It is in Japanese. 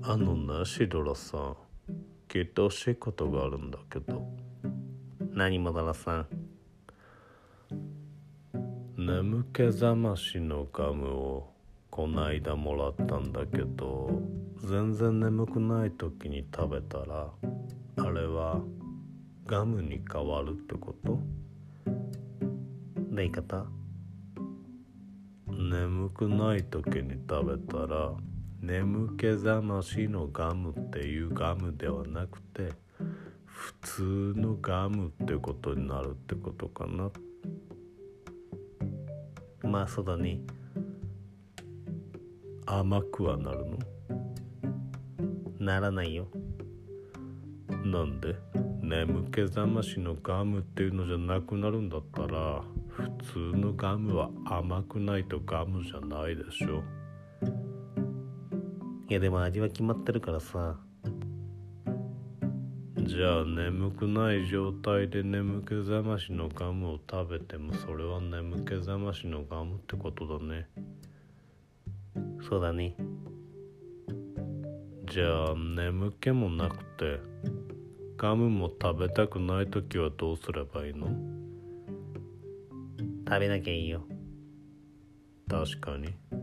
シドラさん、聞いてほしいことがあるんだけど。 何もだらさん。 眠気覚ましのガムをこないだもらったんだけど、全然眠くない時に食べたら、あれはガムに変わるってこと？ どういうこと？ 眠くない時に食べたら、眠気覚ましのガムっていうガムではなくて、普通のガムってことになるってことかな。 まあそうだね。 甘くはなるの？ ならないよ。 なんで？眠気覚ましのガムっていうのじゃなくなるんだったら、普通のガムは甘くないとガムじゃないでしょ。 いやでも味は決まってるからさ。 じゃあ眠くない状態で眠気覚ましのガムを食べても、それは眠気覚ましのガムってことだね。 そうだね。 じゃあ眠気もなくてガムも食べたくないときはどうすればいいの？ 食べなきゃいいよ。 確かに